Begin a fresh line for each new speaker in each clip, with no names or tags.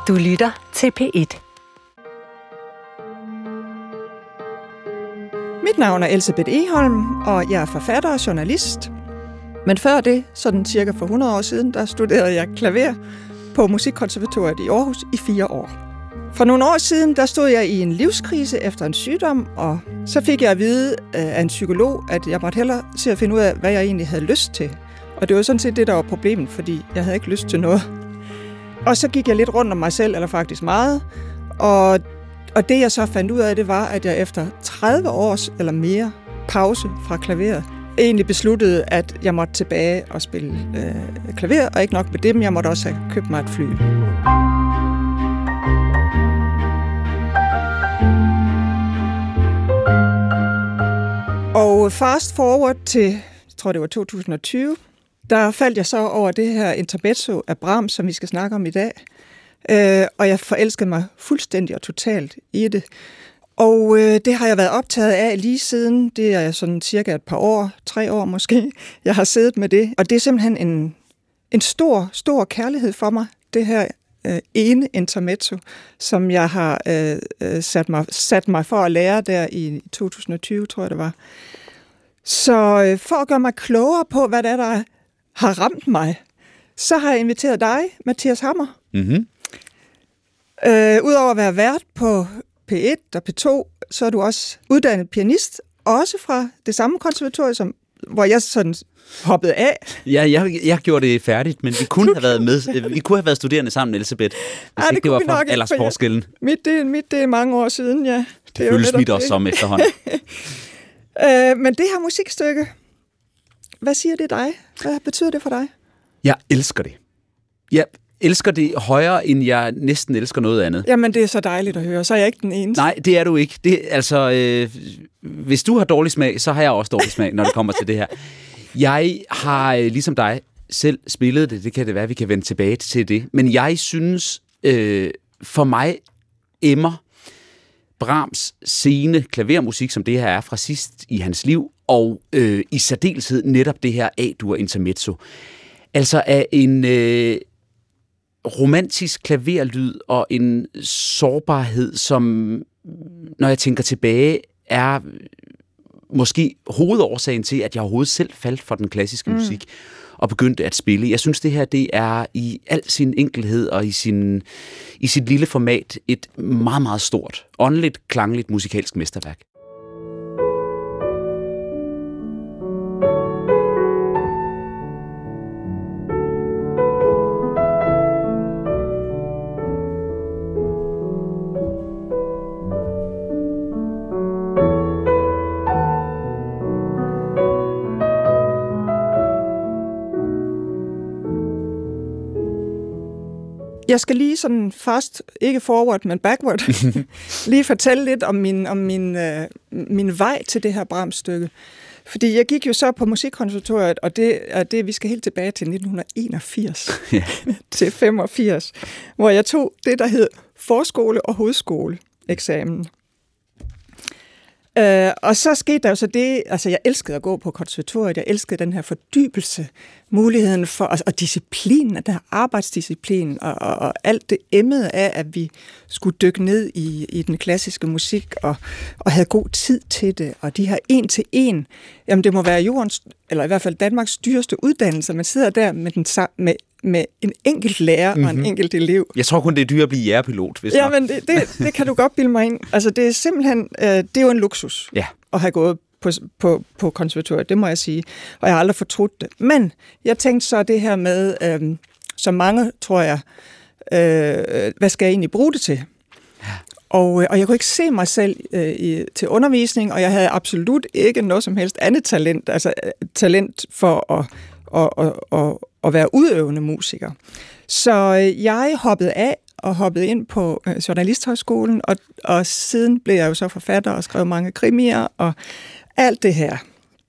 Du lytter til P1.
Mit navn er Elsebeth Egholm, og jeg er forfatter og journalist. Men før det, sådan cirka for 100 år siden, der studerede jeg klaver på Musikkonservatoriet i Aarhus i 4 år. For nogle år siden, der stod jeg i en livskrise efter en sygdom, og så fik jeg at vide af en psykolog, at jeg måtte hellere se at finde ud af, hvad jeg egentlig havde lyst til. Og det var sådan set det, der var problemet, fordi jeg havde ikke lyst til noget. Og så gik jeg lidt rundt om mig selv, eller faktisk meget, og det jeg så fandt ud af, det var, at jeg efter 30 års eller mere pause fra klaveret, egentlig besluttede, at jeg måtte tilbage og spille klaver, og ikke nok med det, men jeg måtte også have købt mig et fly. Og fast forward til, jeg tror det var 2020, der faldt jeg så over det her intermezzo af Brahms, som vi skal snakke om i dag. Og jeg forelskede mig fuldstændig og totalt i det. Og det har jeg været optaget af lige siden. Det er sådan cirka et par år, 3 år måske, jeg har siddet med det. Og det er simpelthen en stor, stor kærlighed for mig, det her ene intermezzo, som jeg har sat mig for at lære der i 2020, tror jeg det var. Så for at gøre mig klogere på, hvad det er, der har ramt mig, så har jeg inviteret dig, Mathias Hammer.
Mm-hmm.
Udover at være vært på P1 og P2, så er du også uddannet pianist, også fra det samme konservatorium, hvor jeg sådan hoppede af.
Ja, jeg gjorde det færdigt, men vi kunne have været med. Vi kunne have været studerende sammen, Elisabeth, hvis ikke det var for aldersforskellen.
Mit det er mange år siden, ja.
Det føles mit også som efterhånden.
Men det her musikstykke, hvad siger det dig? Hvad betyder det for dig?
Jeg elsker det. Jeg elsker det højere, end jeg næsten elsker noget andet.
Jamen, det er så dejligt at høre. Så er jeg ikke den eneste.
Nej, det er du ikke. Hvis du har dårlig smag, så har jeg også dårlig smag, når det kommer til det her. Jeg har, ligesom dig, selv spillet det. Det kan det være, vi kan vende tilbage til det. Men jeg synes, for mig emmer Brahms sene klavermusik, som det her er fra sidst i hans liv, og i særdeleshed netop det her A-dur intermezzo. Altså af en romantisk klaverlyd og en sårbarhed, som, når jeg tænker tilbage, er måske hovedårsagen til, at jeg overhovedet selv faldt for den klassiske musik og begyndte at spille. Jeg synes, det her det er i al sin enkelhed og i sit lille format et meget, meget stort, åndeligt, klangligt musikalsk mesterværk.
Jeg skal lige sådan først, ikke forward, men backward, lige fortælle lidt om min vej til det her Brahms-stykke. Fordi jeg gik jo så på Musikkonservatoriet, og det vi skal helt tilbage til 1981 til 85, hvor jeg tog det, der hed forskole- og hovedskole-eksamen. Og så skete der jo så det, altså jeg elskede at gå på konservatoriet, jeg elskede den her fordybelse, muligheden for, og disciplinen, den her arbejdsdisciplin, og alt det emmede af, at vi skulle dykke ned i den klassiske musik, og havde god tid til det, og de her 1-til-1, jamen det må være jordens, eller i hvert fald Danmarks dyreste uddannelse, man sidder der med en enkelt lærer og en enkelt elev.
Jeg tror kun, det er dyrt at blive jægerpilot.
Ja, men det kan du godt bilde mig ind. Altså, det er simpelthen, det er jo en luksus at have gået på konservatoriet, det må jeg sige. Og jeg har aldrig fortrudt det. Men jeg tænkte så det her med, som mange, tror jeg, hvad skal jeg egentlig bruge det til? Ja. Og jeg kunne ikke se mig selv til undervisning, og jeg havde absolut ikke noget som helst andet talent, altså talent for at være udøvende musiker. Så jeg hoppede af og hoppede ind på Journalisthøjskolen, og siden blev jeg jo så forfatter og skrev mange krimier og alt det her.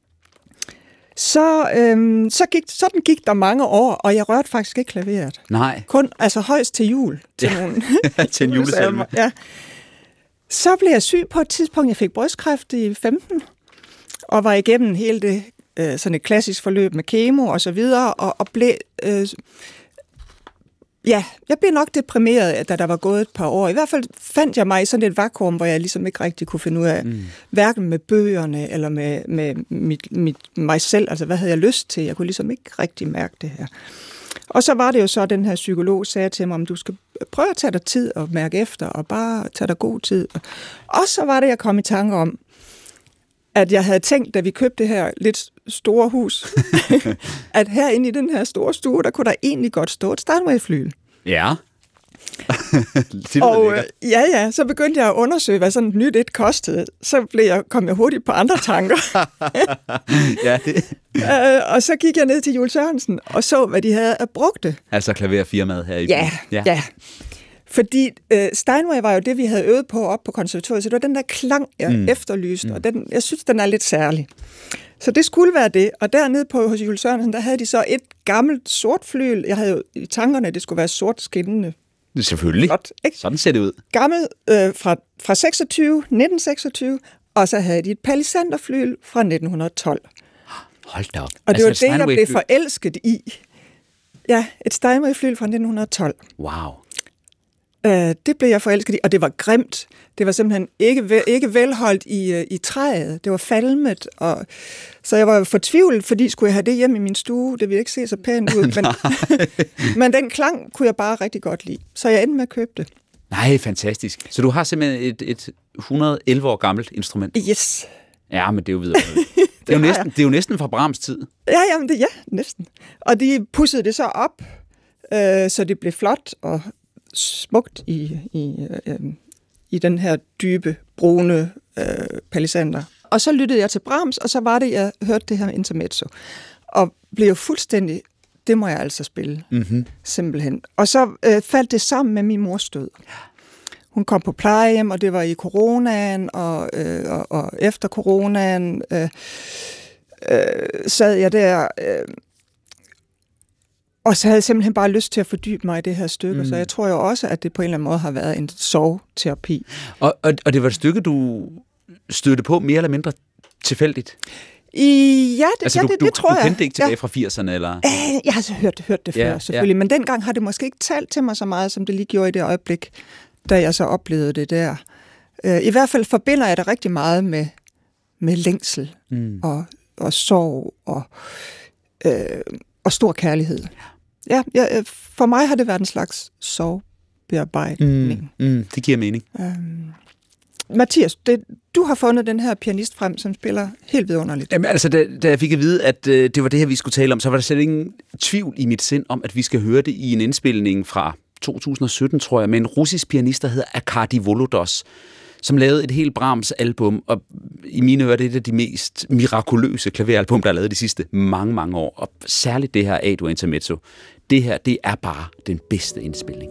Sådan gik der mange år, og jeg rørte faktisk ikke klaveret.
Nej.
Kun, altså højst til jul. Til nogle
til en julesalme.
Ja. Så blev jeg syg på et tidspunkt. Jeg fik brystkræft i 15, og var igennem hele det sådan et klassisk forløb med kemo og så videre, og blev Ja, jeg blev nok deprimeret, da der var gået et par år. I hvert fald fandt jeg mig i sådan et vakuum, hvor jeg ligesom ikke rigtig kunne finde ud af, hverken med bøgerne eller med mig selv. Altså, hvad havde jeg lyst til? Jeg kunne ligesom ikke rigtig mærke det her. Og så var det jo så, den her psykolog sagde til mig, om du skal prøve at tage dig tid og mærke efter, og bare tage dig god tid. Og så var det, jeg kom i tanke om, at jeg havde tænkt, da vi købte det her lidt store hus, at herinde i den her store stue, der kunne der egentlig godt stå et Steinway-flyl.
Ja.
Og ja, så begyndte jeg at undersøge, hvad sådan et nyt et kostede. Så kom jeg hurtigt på andre tanker. Og så gik jeg ned til Jules Sørensen og så, hvad de havde at brugte.
Altså klaverfirmaet her i
byen. Ja. Fordi Steinway var jo det, vi havde øvet på op på konservatoriet, så det var den der klang, jeg efterlyste, og jeg synes, den er lidt særlig. Så det skulle være det, og dernede på hos Jules Sørensen, der havde de så et gammelt sort flyl. Jeg havde jo i tankerne, at det skulle være sort skinnende.
Selvfølgelig.
Flot, ikke?
Sådan ser det ud.
Gammel fra 1926, og så havde de et palisanderflyl fra 1912.
Hold da op.
Og det var det, jeg blev forelsket i. Ja, et Steinway-flyl fra 1912.
Wow.
Det blev jeg forelsket i, og det var grimt. Det var simpelthen ikke velholdt i træet. Det var falmet, og så jeg var fortvivlet, fordi skulle jeg have det hjemme i min stue. Det ville ikke se så pænt ud, men den klang kunne jeg bare rigtig godt lide. Så jeg endte med at købe det.
Nej, fantastisk. Så du har simpelthen et 111 år gammelt instrument?
Yes.
Ja, men det er jo videre. Det er jo næsten fra Brahms tid.
Ja, næsten. Og de pudsede det så op, så det blev flot og smukt i den her dybe, brune palisander. Og så lyttede jeg til Brahms, og så var det, jeg hørte det her intermezzo. Og blev fuldstændig, det må jeg altså spille, simpelthen. Og så faldt det sammen med min mors død. Hun kom på plejehjem, og det var i coronaen, og efter coronaen sad jeg der... Og så havde jeg simpelthen bare lyst til at fordybe mig i det her stykke, så jeg tror jo også, at det på en eller anden måde har været en sorgterapi.
Og det var et stykke, du stødte på mere eller mindre tilfældigt?
Ja, det tror jeg.
Du kendte ikke tilbage fra 80'erne, eller?
Jeg har så hørt det før, selvfølgelig, men dengang har det måske ikke talt til mig så meget, som det lige gjorde i det øjeblik, da jeg så oplevede det der. I hvert fald forbinder jeg det rigtig meget med længsel og sorg og stor kærlighed. Ja, for mig har det været en slags sorgbearbejdning.
Det giver mening.
Mathias, du har fundet den her pianist frem, som spiller helt vidunderligt.
Jamen, altså, da jeg fik at vide, at det var det her, vi skulle tale om, så var der slet ingen tvivl i mit sind om, at vi skal høre det i en indspilning fra 2017, tror jeg, med en russisk pianist, der hedder Arkady Volodos, som lavede et helt Brahms-album, og i mine ører, det er et af de mest mirakuløse klaveralbum, der er lavet de sidste mange, mange år. Og særligt det her A-dur intermezzo. Det her, det er bare den bedste indspilning.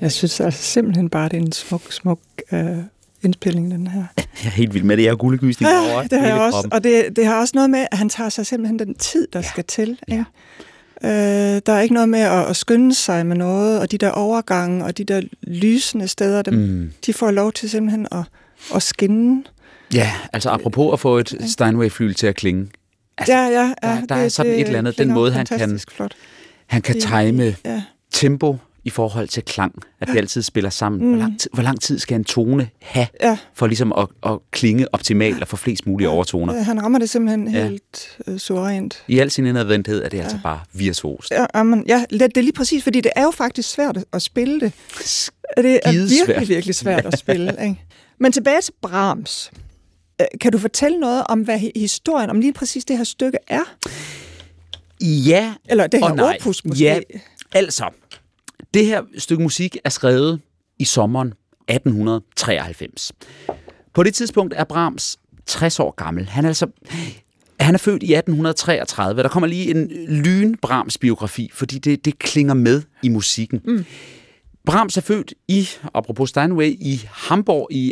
Jeg synes altså simpelthen bare, det er en smuk indspilning, den her.
Jeg er helt vild med det. Jeg har guldegysning over.
Det har jeg også. Og det har også noget med, at han tager sig simpelthen den tid, der skal til. Ikke? Der er ikke noget med at skynde sig med noget, og de der overgange, og de der lysende steder, de får lov til simpelthen at skinne.
Ja, altså apropos at få et Steinway-flyl til at klinge. Altså, der er sådan et eller andet, den måde, han kan time tempo i forhold til klang, at de altid spiller sammen. Hvor lang tid skal en tone have, for ligesom at klinge optimalt og få flest mulige overtoner?
Han rammer det simpelthen helt suverænt.
I al sin indadvendthed er det altså bare virtuost.
Det er lige præcis, fordi det er jo faktisk svært at spille det. Det er virkelig svært at spille. Ikke? Men tilbage til Brahms. Kan du fortælle noget om, hvad historien om lige præcis det her stykke er?
Ja.
Eller det her opus måske?
Ja, altså. Det her stykke musik er skrevet i sommeren 1893. På det tidspunkt er Brahms 60 år gammel. Han er født i 1833. Der kommer lige en Brahms-biografi, fordi det klinger med i musikken. Brahms er født apropos Steinway, i Hamburg i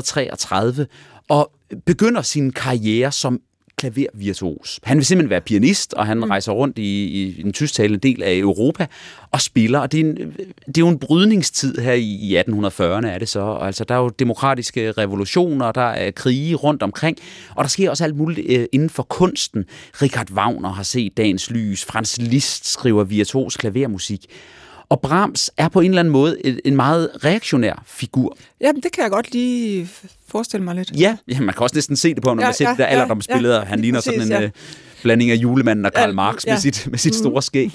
1833, og begynder sin karriere som klavervirtuos. Han vil simpelthen være pianist, og han rejser rundt i en tysktalende del af Europa og spiller, og det er jo en brydningstid her i 1840'erne er det så. Altså, der er jo demokratiske revolutioner, der er krige rundt omkring, og der sker også alt muligt inden for kunsten. Richard Wagner har set dagens lys, Franz Liszt skriver virtuos klavermusik. Og Brahms er på en eller anden måde en meget reaktionær figur.
Jamen, det kan jeg godt lige forestille mig lidt.
Ja, man kan også næsten se det på, når man ser det der alderdomsbilleder. Han ligner sådan en blanding af julemanden og Karl Marx med sit store skæg.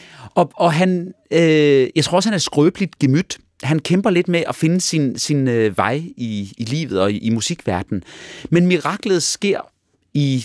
Og han, jeg tror også, han er skrøbeligt gemyt. Han kæmper lidt med at finde sin vej i livet og i musikverdenen. Men miraklet sker i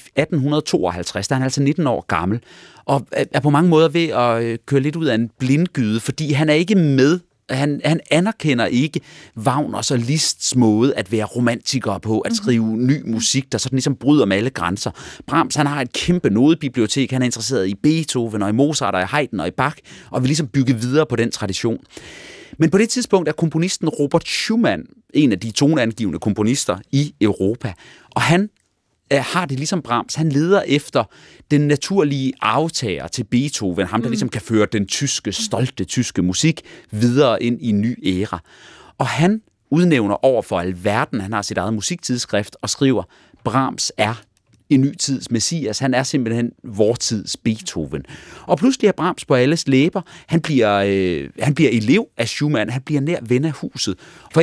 1852, der er han altså 19 år gammel, og er på mange måder ved at køre lidt ud af en blindgyde, fordi han er ikke med. Han anerkender ikke Wagners og Liszts måde at være romantiker på, at skrive ny musik, der sådan ligesom bryder med alle grænser. Brahms, han har et kæmpe nodebibliotek, han er interesseret i Beethoven og i Mozart og i Haydn og i Bach, og vil ligesom bygge videre på den tradition. Men på det tidspunkt er komponisten Robert Schumann en af de toneangivende komponister i Europa, og han har det ligesom Brahms. Han leder efter den naturlige arvtager til Beethoven, ham der ligesom kan føre den stolte tyske musik videre ind i en ny æra. Og han udnævner over for alverden, han har sit eget musiktidsskrift og skriver, Brahms er en ny tids messias. Han er simpelthen vor tids Beethoven. Og pludselig er Brahms på alles læber. Han bliver elev af Schumann. Han bliver nær ven af huset. For i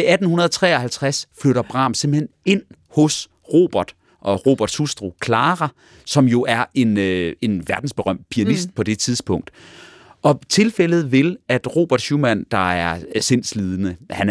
1853 flytter Brahms simpelthen ind hos Robert og Roberts hustru Clara, som jo er en verdensberømt pianist på det tidspunkt. Og tilfældet vil, at Robert Schumann, der er sindslidende, han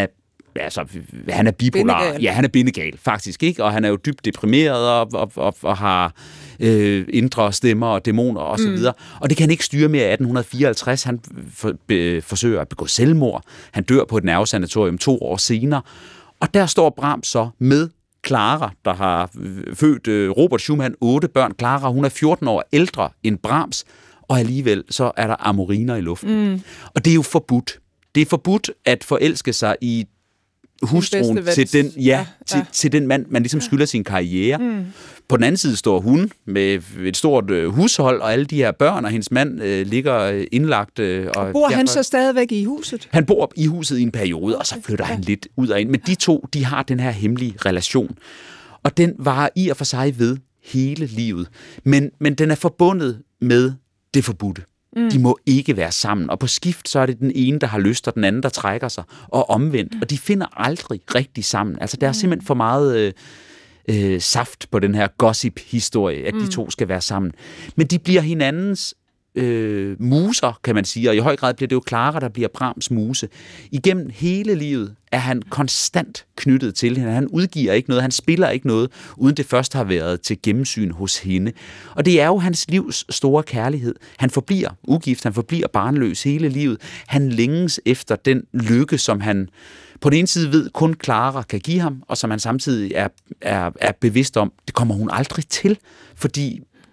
er bipolar. Bindegal. Ja, han er bindegal, faktisk, ikke? Og han er jo dybt deprimeret og har indre stemmer og dæmoner og så videre. Og det kan han ikke styre mere i 1854. Han forsøger at begå selvmord. Han dør på et nervesanatorium 2 år senere. Og der står Brahms så med Clara, der har født Robert Schumann 8 børn. Clara, hun er 14 år ældre end Brahms, og alligevel så er der amoriner i luften. Og det er jo forbudt. Det er forbudt at forelske sig i hustruen til den mand, man ligesom skylder sin karriere. På den anden side står hun med et stort hushold, og alle de her børn, og hendes mand ligger indlagt. Og
bor han så stadigvæk i huset?
Han bor i huset i en periode, og så flytter han lidt ud og ind. Men de to, de har den her hemmelige relation. Og den varer i og for sig ved hele livet. Men den er forbundet med det forbudte. De må ikke være sammen, og på skift så er det den ene, der har lyst, og den anden, der trækker sig, og omvendt. Og de finder aldrig rigtig sammen. Altså, der er simpelthen for meget saft på den her gossip-historie, at de to skal være sammen. Men de bliver hinandens muser, kan man sige, og i høj grad bliver det jo Clara, der bliver Brahms muse. Igennem hele livet er han konstant knyttet til hende. Han udgiver ikke noget, han spiller ikke noget, uden det først har været til gennemsyn hos hende. Og det er jo hans livs store kærlighed. Han forbliver ugift, han forbliver barnløs hele livet. Han længes efter den lykke, som han på den ene side ved, kun Clara kan give ham, og som han samtidig er bevidst om, det kommer hun aldrig til, fordi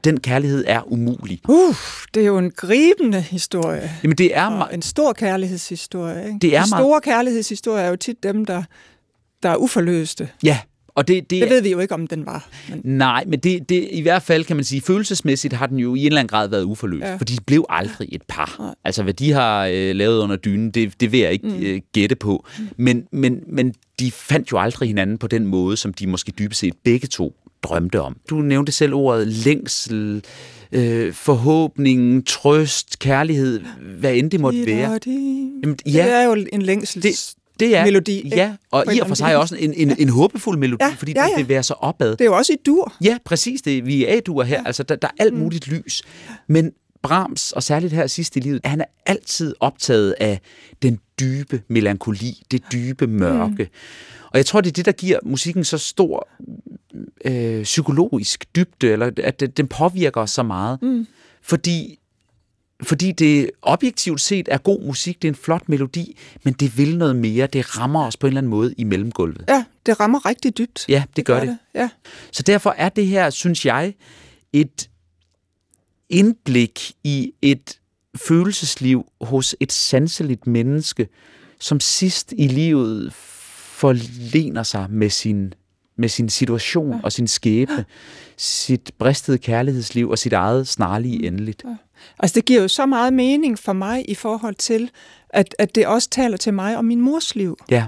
den kærlighed er umulig.
Det er jo en gribende historie.
Jamen, det er
en stor kærlighedshistorie. Ikke?
Det er
de store kærlighedshistorier er jo tit dem, der er uforløste.
Ja. Og det
ved vi jo ikke, om den var.
Men... Nej, men det i hvert fald, kan man sige, følelsesmæssigt har den jo i en eller anden grad været uforløst, fordi de blev aldrig et par. Nej. Altså, hvad de har lavet under dynen, det vil jeg ikke gætte på. Men de fandt jo aldrig hinanden på den måde, som de måske dybest set begge to drømte om. Du nævnte selv ordet længsel, forhåbning, trøst, kærlighed, hvad end det måtte være.
Jamen, det er jo en længsels...
Det er
melodi.
Ja, og i og for sig også en håbefuld melodi, fordi det bevæger sig opad.
Det er jo også i dur.
Ja, præcis. Vi er A-dur her. Ja. Altså, der er alt muligt lys. Men Brahms, og særligt her sidst i livet, han er altid optaget af den dybe melankoli, det dybe mørke. Og jeg tror, det er det, der giver musikken så stor psykologisk dybde, eller at den påvirker os så meget. Fordi det objektivt set er god musik, det er en flot melodi, men det vil noget mere. Det rammer os på en eller anden måde i mellemgulvet.
Ja, det rammer rigtig dybt.
Ja, det gør det.
Ja.
Så derfor er det her, synes jeg, et indblik i et følelsesliv hos et sanseligt menneske, som sidst i livet forlener sig med sin situation og sin skæbne, sit bristede kærlighedsliv og sit eget snarlige endeligt.
Ja. Altså, det giver jo så meget mening for mig i forhold til, at det også taler til mig om min mors liv.
Ja.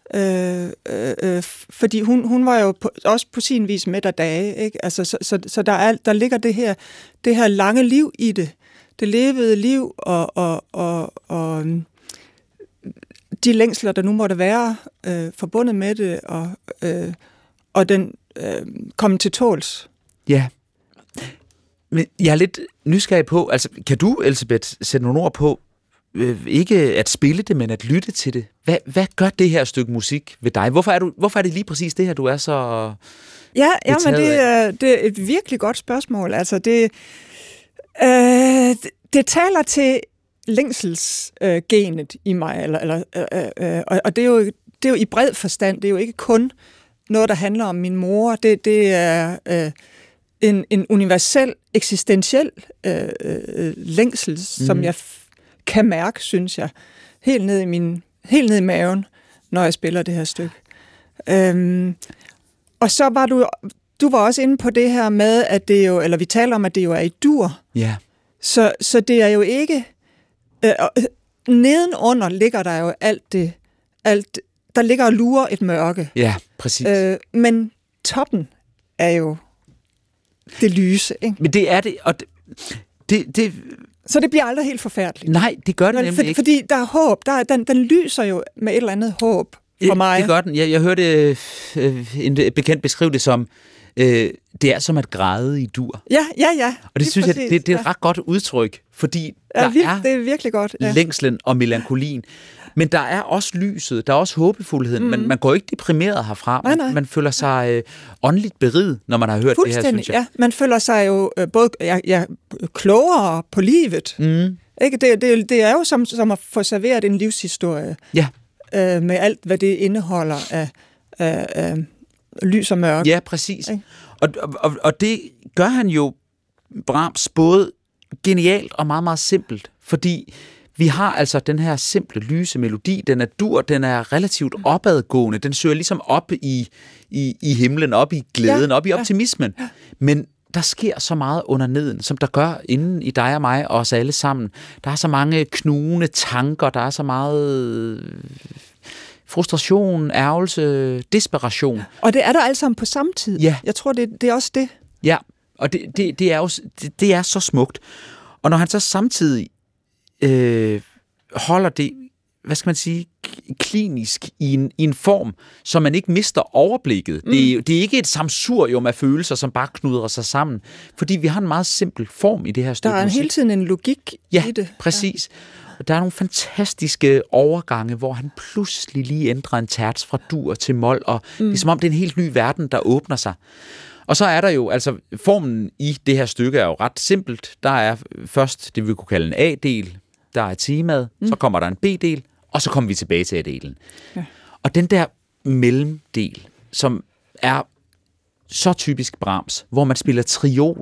Fordi hun var jo også på sin vis mæt af dage, ikke? Altså, så der ligger det her lange liv i det. Det levede liv og de længsler, der nu måtte være forbundet med det, og den kom til tåls.
Ja. Men jeg er lidt nysgerrig på, altså kan du, Elsebeth, sætte nogle ord på, ikke at spille det, men at lytte til det? Hvad gør det her stykke musik ved dig? Hvorfor er det lige præcis det her, du er så
men det er et virkelig godt spørgsmål. Altså det taler til længselsgenet i mig, og det er jo i bred forstand. Det er jo ikke kun noget, der handler om min mor. Det er en universel, eksistentiel længsel, som jeg kan mærke, synes jeg, helt ned i maven, når jeg spiller det her stykke. Og så var du var også inde på det her med, at det jo, eller vi taler om, at det jo er i dur.
Ja.
Så det er jo ikke... nedenunder ligger der jo alt, der ligger og lurer et mørke.
Ja, præcis.
Men toppen er jo det lyse, ikke?
Men det er det, og det
så det bliver aldrig helt forfærdeligt.
Nej, det gør det nemlig ikke.
Fordi der er håb. Den lyser jo med et eller andet håb for mig.
Det gør den. Jeg hørte en bekendt beskrive det som, det er som at græde i dur.
Ja.
Og det synes jeg, det er et ret godt udtryk, fordi det
er virkelig godt. Ja.
Længslen og melankolien. Men der er også lyset, der er også håbefuldheden. Men man går ikke deprimeret herfra.
Nej.
Man føler sig åndeligt beriget, når man har hørt det her, synes jeg.
Ja. Man føler sig jo både klogere på livet. Ikke? Det er jo som at få serveret en livshistorie.
Ja.
Med alt, hvad det indeholder af lys og mørke.
Ja, præcis. Og det gør han jo, Brahms, både genialt og meget, meget simpelt. Fordi vi har altså den her simple, lyse melodi. Den er dur, den er relativt opadgående. Den søger ligesom op i himlen, op i glæden, op i optimismen. Men der sker så meget under neden, som der gør inden i dig og mig og os alle sammen. Der er så mange knugende tanker, der er så meget frustration, ærgelse, desperation. Og
det er der alle sammen på samme tid.
Ja.
Jeg tror, det er også det.
Ja, og det er jo det er så smukt. Og når han så samtidig holder det, hvad skal man sige, klinisk i en form, så man ikke mister overblikket. Det er ikke et sammensurium af følelser, som bare knuder sig sammen, fordi vi har en meget simpel form i det her stykke musik.
Der er hele tiden en logik i det.
Ja, præcis. Og der er nogle fantastiske overgange, hvor han pludselig lige ændrer en terts fra dur til mol, og det er som om det er en helt ny verden, der åbner sig. Og så er der jo, altså formen i det her stykke er jo ret simpelt. Der er først det, vi kunne kalde en A-del, der er temaet, så kommer der en B-del, og så kommer vi tilbage til A-delen. Ja. Og den der mellemdel, som er så typisk Brahms, hvor man spiller trioler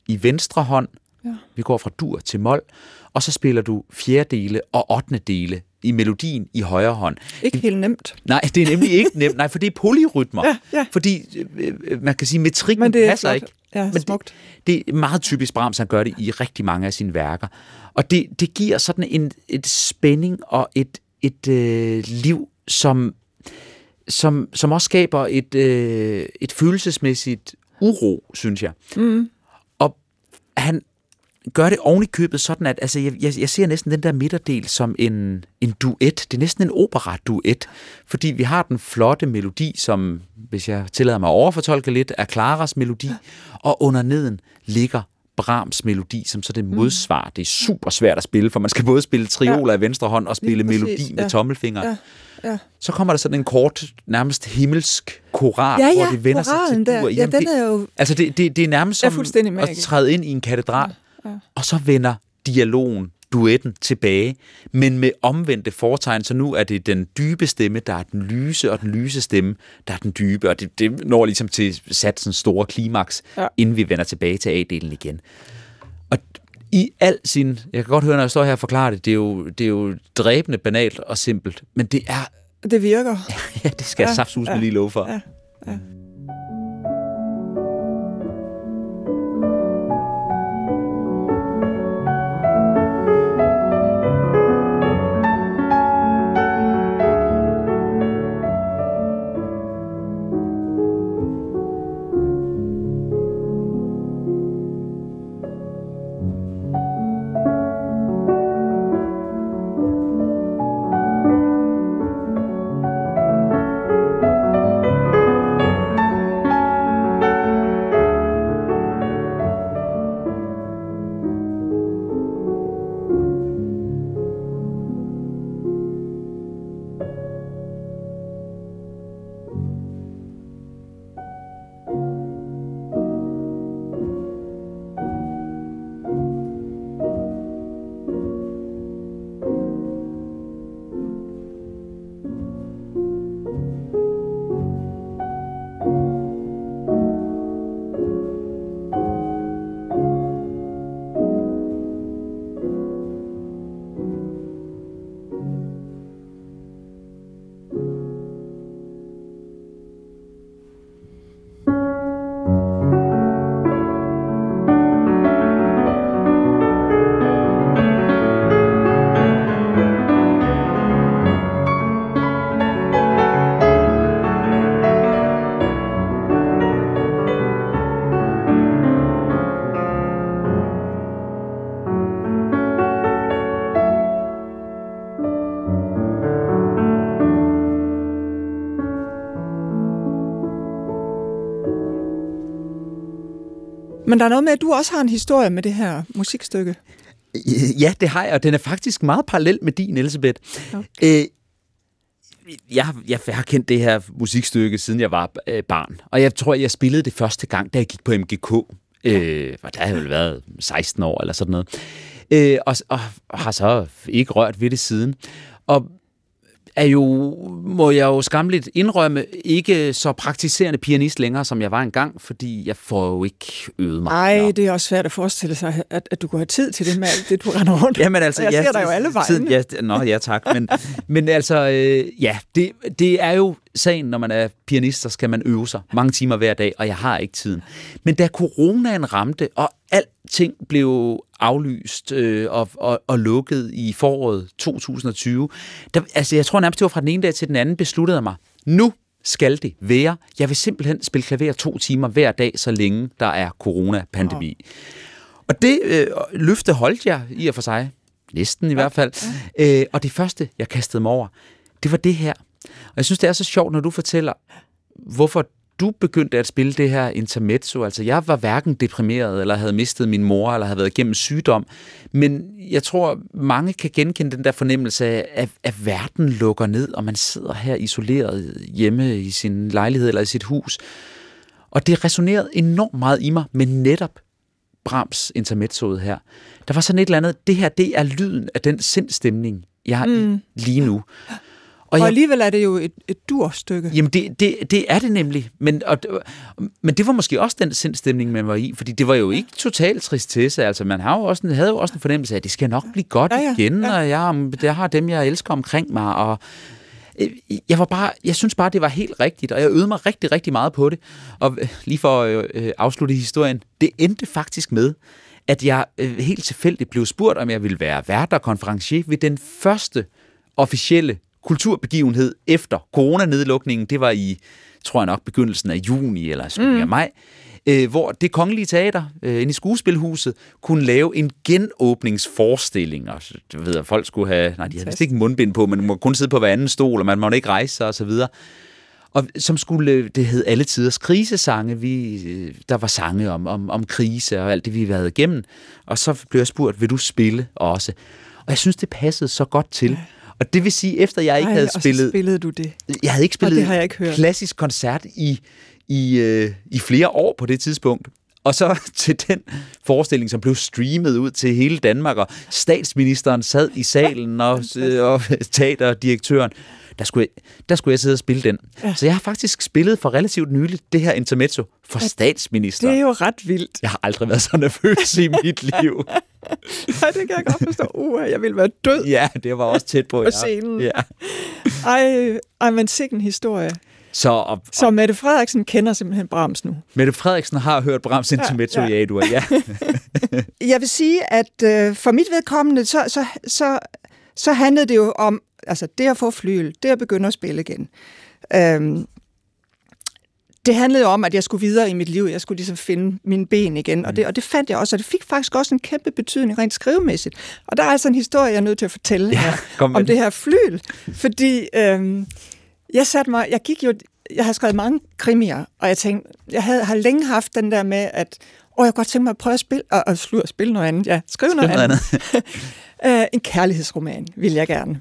i venstre hånd.
Ja.
Vi går fra dur til mol, og så spiller du fjerdedele og ottendedele i melodien i højre hånd.
Ikke helt nemt.
Nej, det er nemlig ikke nemt. Nej, for det er polyrytmer.
Ja.
Fordi man kan sige, metrikken passer ikke.
Ja,
men
smukt.
Det er meget typisk Brahms, han gør det i rigtig mange af sine værker. Og det giver sådan et spænding og et liv, som også skaber et følelsesmæssigt uro, synes jeg.
Mm.
Og han gør det oven i købet sådan, at altså, jeg ser næsten den der midterdel som en duet. Det er næsten en opera-duet, fordi vi har den flotte melodi, som, hvis jeg tillader mig at overfortolke lidt, er Claras melodi, og under neden ligger Brahms melodi, som så det modsvar. Det er super svært at spille, for man skal både spille trioler i venstre hånd og spille melodi med tommelfingeren.
Ja.
Så kommer der sådan en kort, nærmest himmelsk koral, hvor det vender sig til dur.
Ja, den er jo...
Altså, det er nærmest som at træde ind i en katedral, og så vender dialogen, duetten, tilbage, men med omvendte fortegn, så nu er det den dybe stemme, der er den lyse, og den lyse stemme, der er den dybe, og det når ligesom til satsens store klimaks, inden vi vender tilbage til A-delen igen. Og i al sin... Jeg kan godt høre, når jeg står her og forklarer det, det er jo dræbende, banalt og simpelt, men det er...
Det virker.
Ja, det skal jeg saftsusme lige love for.
Ja. Men der er noget med, at du også har en historie med det her musikstykke.
Ja, det har jeg, og den er faktisk meget parallel med din, Elisabeth. Okay. Jeg har kendt det her musikstykke, siden jeg var barn. Og jeg tror, jeg spillede det første gang, da jeg gik på MGK. Og der har jeg vel været 16 år eller sådan noget. Og har så ikke rørt ved det siden. Og er jo, må jeg jo skamligt indrømme, ikke så praktiserende pianist længere, som jeg var engang, fordi jeg får jo ikke øvet mig.
Nej, det er også svært at forestille sig, at du kunne have tid til det med alt det, du render rundt.
Jamen altså,
jeg ser dig jo alle vejen.
Ja, tak. Men altså, det er jo sagen, når man er pianist, så skal man øve sig mange timer hver dag, og jeg har ikke tiden. Men da coronaen ramte, og alting blev aflyst og lukket i foråret 2020, jeg tror nærmest, det var fra den ene dag til den anden, besluttede mig, nu skal det være. Jeg vil simpelthen spille klaver 2 timer hver dag, så længe der er coronapandemi. Og det løfte holdt jeg i og for sig, næsten i hvert fald. Og det første, jeg kastede mig over, det var det her. Og jeg synes, det er så sjovt, når du fortæller, hvorfor du begyndte at spille det her intermezzo. Altså, jeg var hverken deprimeret, eller havde mistet min mor, eller havde været igennem sygdom. Men jeg tror, mange kan genkende den der fornemmelse af, at verden lukker ned, og man sidder her isoleret hjemme i sin lejlighed eller i sit hus. Og det resonerede enormt meget i mig, med netop Brahms intermezzoet her. Der var sådan et eller andet, det her, det er lyden af den sindstemning, jeg har i lige nu.
Og alligevel er det jo et durstykke.
Jamen, det er det nemlig. Men det var måske også den sindstemning, man var i, fordi det var jo ikke total tristesse. Altså, man havde jo også en fornemmelse af, at det skal nok blive godt igen, og jeg har dem, jeg elsker omkring mig, og jeg synes bare, det var helt rigtigt, og jeg øvede mig rigtig, rigtig meget på det. Og lige for at afslutte historien, det endte faktisk med, at jeg helt tilfældigt blev spurgt, om jeg ville være vært og konferencier ved den første officielle kulturbegivenhed efter coronanedlukningen. Det var i, tror jeg nok, begyndelsen af juni eller slutningen af maj, hvor Det Kongelige Teater inde i Skuespilhuset kunne lave en genåbningsforestilling. Og du ved, at folk skulle have... Nej, de havde vist ikke mundbind på, men man må kun sidde på hver anden stol, og man må ikke rejse sig, og så videre. Og som skulle... Det hed Alle Tiders Krisesange. Der var sange om krise og alt det, vi havde igennem. Og så blev jeg spurgt, vil du spille også? Og jeg synes, det passede så godt til. Og det vil sige, efter jeg ikke havde spillet...
Og så spillede du det.
Jeg havde ikke spillet klassisk koncert i flere år på det tidspunkt. Og så til den forestilling, som blev streamet ud til hele Danmark, og statsministeren sad i salen, og teaterdirektøren. Der skulle jeg sidde og spille den. Ja. Så jeg har faktisk spillet for relativt nyligt det her intermezzo for statsministeren.
Det er jo ret vildt.
Jeg har aldrig været så nervøs i mit liv.
Ja, det kan jeg godt forstå. Jeg ville være død.
Ja, det var også tæt på.
På scenen.
Ja.
Ej, men sikke en historie.
Så
Mette Frederiksen kender simpelthen Brahms nu.
Mette Frederiksen har hørt Brahms intermezzo i A-dur, ja.
Jeg vil sige, at for mit vedkommende, så handlede det jo om, altså det at få flygel, det at begynde at spille igen. Det handlede jo om, at jeg skulle videre i mit liv. Jeg skulle ligesom finde mine ben igen. Og det fandt jeg også, og det fik faktisk også en kæmpe betydning rent skrivemæssigt. Og der er altså en historie, jeg er nødt til at fortælle om det her flygel. Fordi jeg har skrevet mange krimier, og jeg tænkte, jeg har længe haft den der med, at jeg kunne godt tænke mig at prøve at spille noget andet. Ja, skrive noget andet. En kærlighedsroman ville jeg gerne.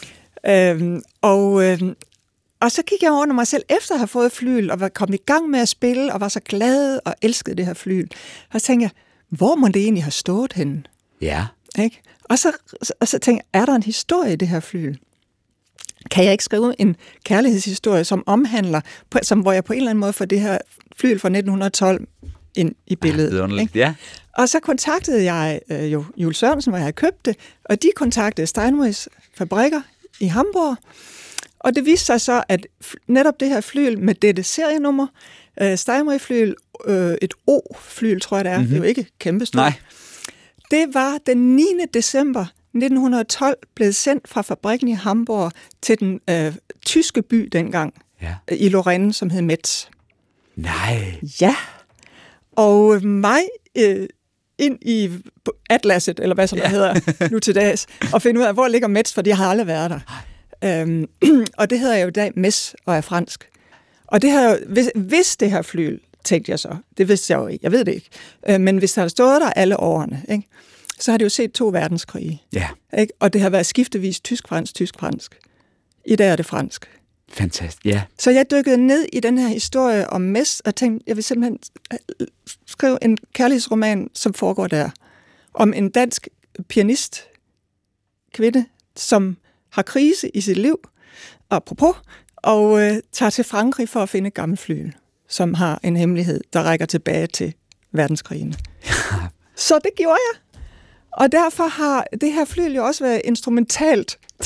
Og så gik jeg over mig selv, efter at have fået flygel, og var kommet i gang med at spille, og var så glad og elskede det her flygel. Og så tænkte jeg, hvor må det egentlig have stået henne?
Ja.
Ikke? Og så tænkte jeg, er der en historie i det her flygel? Kan jeg ikke skrive en kærlighedshistorie, som omhandler, hvor jeg på en eller anden måde får det her flygel fra 1912 ind i billedet?
Ja.
Og så kontaktede jeg Jules Sørensen, hvor jeg havde købt det, og de kontaktede Steinways fabrikker i Hamburg. Og det viste sig så, at netop det her flygel med dette serienummer, Steinway-flygel, et O-flygel, tror jeg det er, det er jo ikke kæmpestort. Nej. Det var den 9. december 1912 blevet sendt fra fabrikken i Hamburg til den tyske by dengang, i Lorraine, som hed Metz.
Nej.
Ja. Og mig ind i atlaset, eller hvad som det hedder nu til dags, og finde ud af, hvor ligger Metz, for jeg havde aldrig været der. Og det hedder jeg jo i dag Metz og er fransk. Og det her, hvis det her flygel, tænkte jeg så, det vidste jeg jo ikke, jeg ved det ikke, men hvis der har stået der alle årene, ikke, så har det jo set 2 verdenskrige.
Ja.
Ikke? Og det har været skiftevis tysk-fransk. I dag er det fransk.
Fantastisk, ja.
Så jeg dykkede ned i den her historie om Metz, og tænkte, jeg vil simpelthen skrive en kærlighedsroman, som foregår der, om en dansk pianist, kvinde, som har krise i sit liv, apropos, og tager til Frankrig for at finde et gammelt flygel, som har en hemmelighed, der rækker tilbage til verdenskrigene. Så det gjorde jeg. Og derfor har det her flygel jo også været instrumental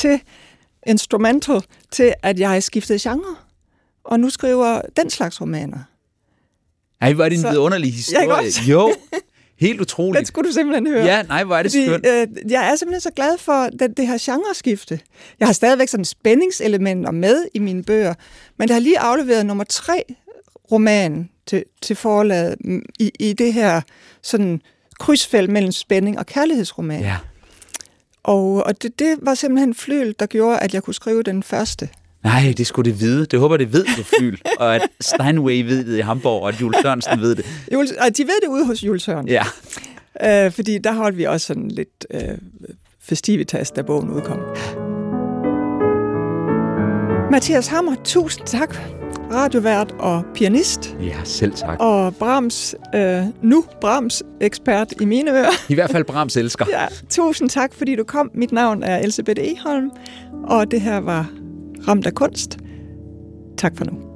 til, at jeg skiftede genre, og nu skriver den slags romaner.
Ej, hvor er det en vidunderlig historie. Jo, helt utroligt.
Det skulle du simpelthen høre.
Ja, nej, hvor er det skønt.
Jeg er simpelthen så glad for det her genreskifte. Jeg har stadigvæk sådan spændingselementer med i mine bøger, men jeg har lige afleveret nummer 3 roman til forlaget i det her sådan krydsfelt mellem spænding og kærlighedsroman. Ja. Og det var simpelthen flygel, der gjorde, at jeg kunne skrive den første.
Nej, det skulle det vide. Det håber, det ved du, flygel. Og at Steinway ved det i Hamburg, og at Jules Sørensen ved det.
Og de ved det ude hos Jules Sørensen. Ja. Fordi der holdt vi også sådan lidt festivitas, da bogen udkom. Mathias Hammer, tusind tak. Radiovært og pianist.
Ja, selv tak.
Og Brahms ekspert i mine ører.
I hvert fald Brahms elsker.
Ja, tusind tak, fordi du kom. Mit navn er Elsebeth Egholm, og det her var ramt af kunst. Tak for nu.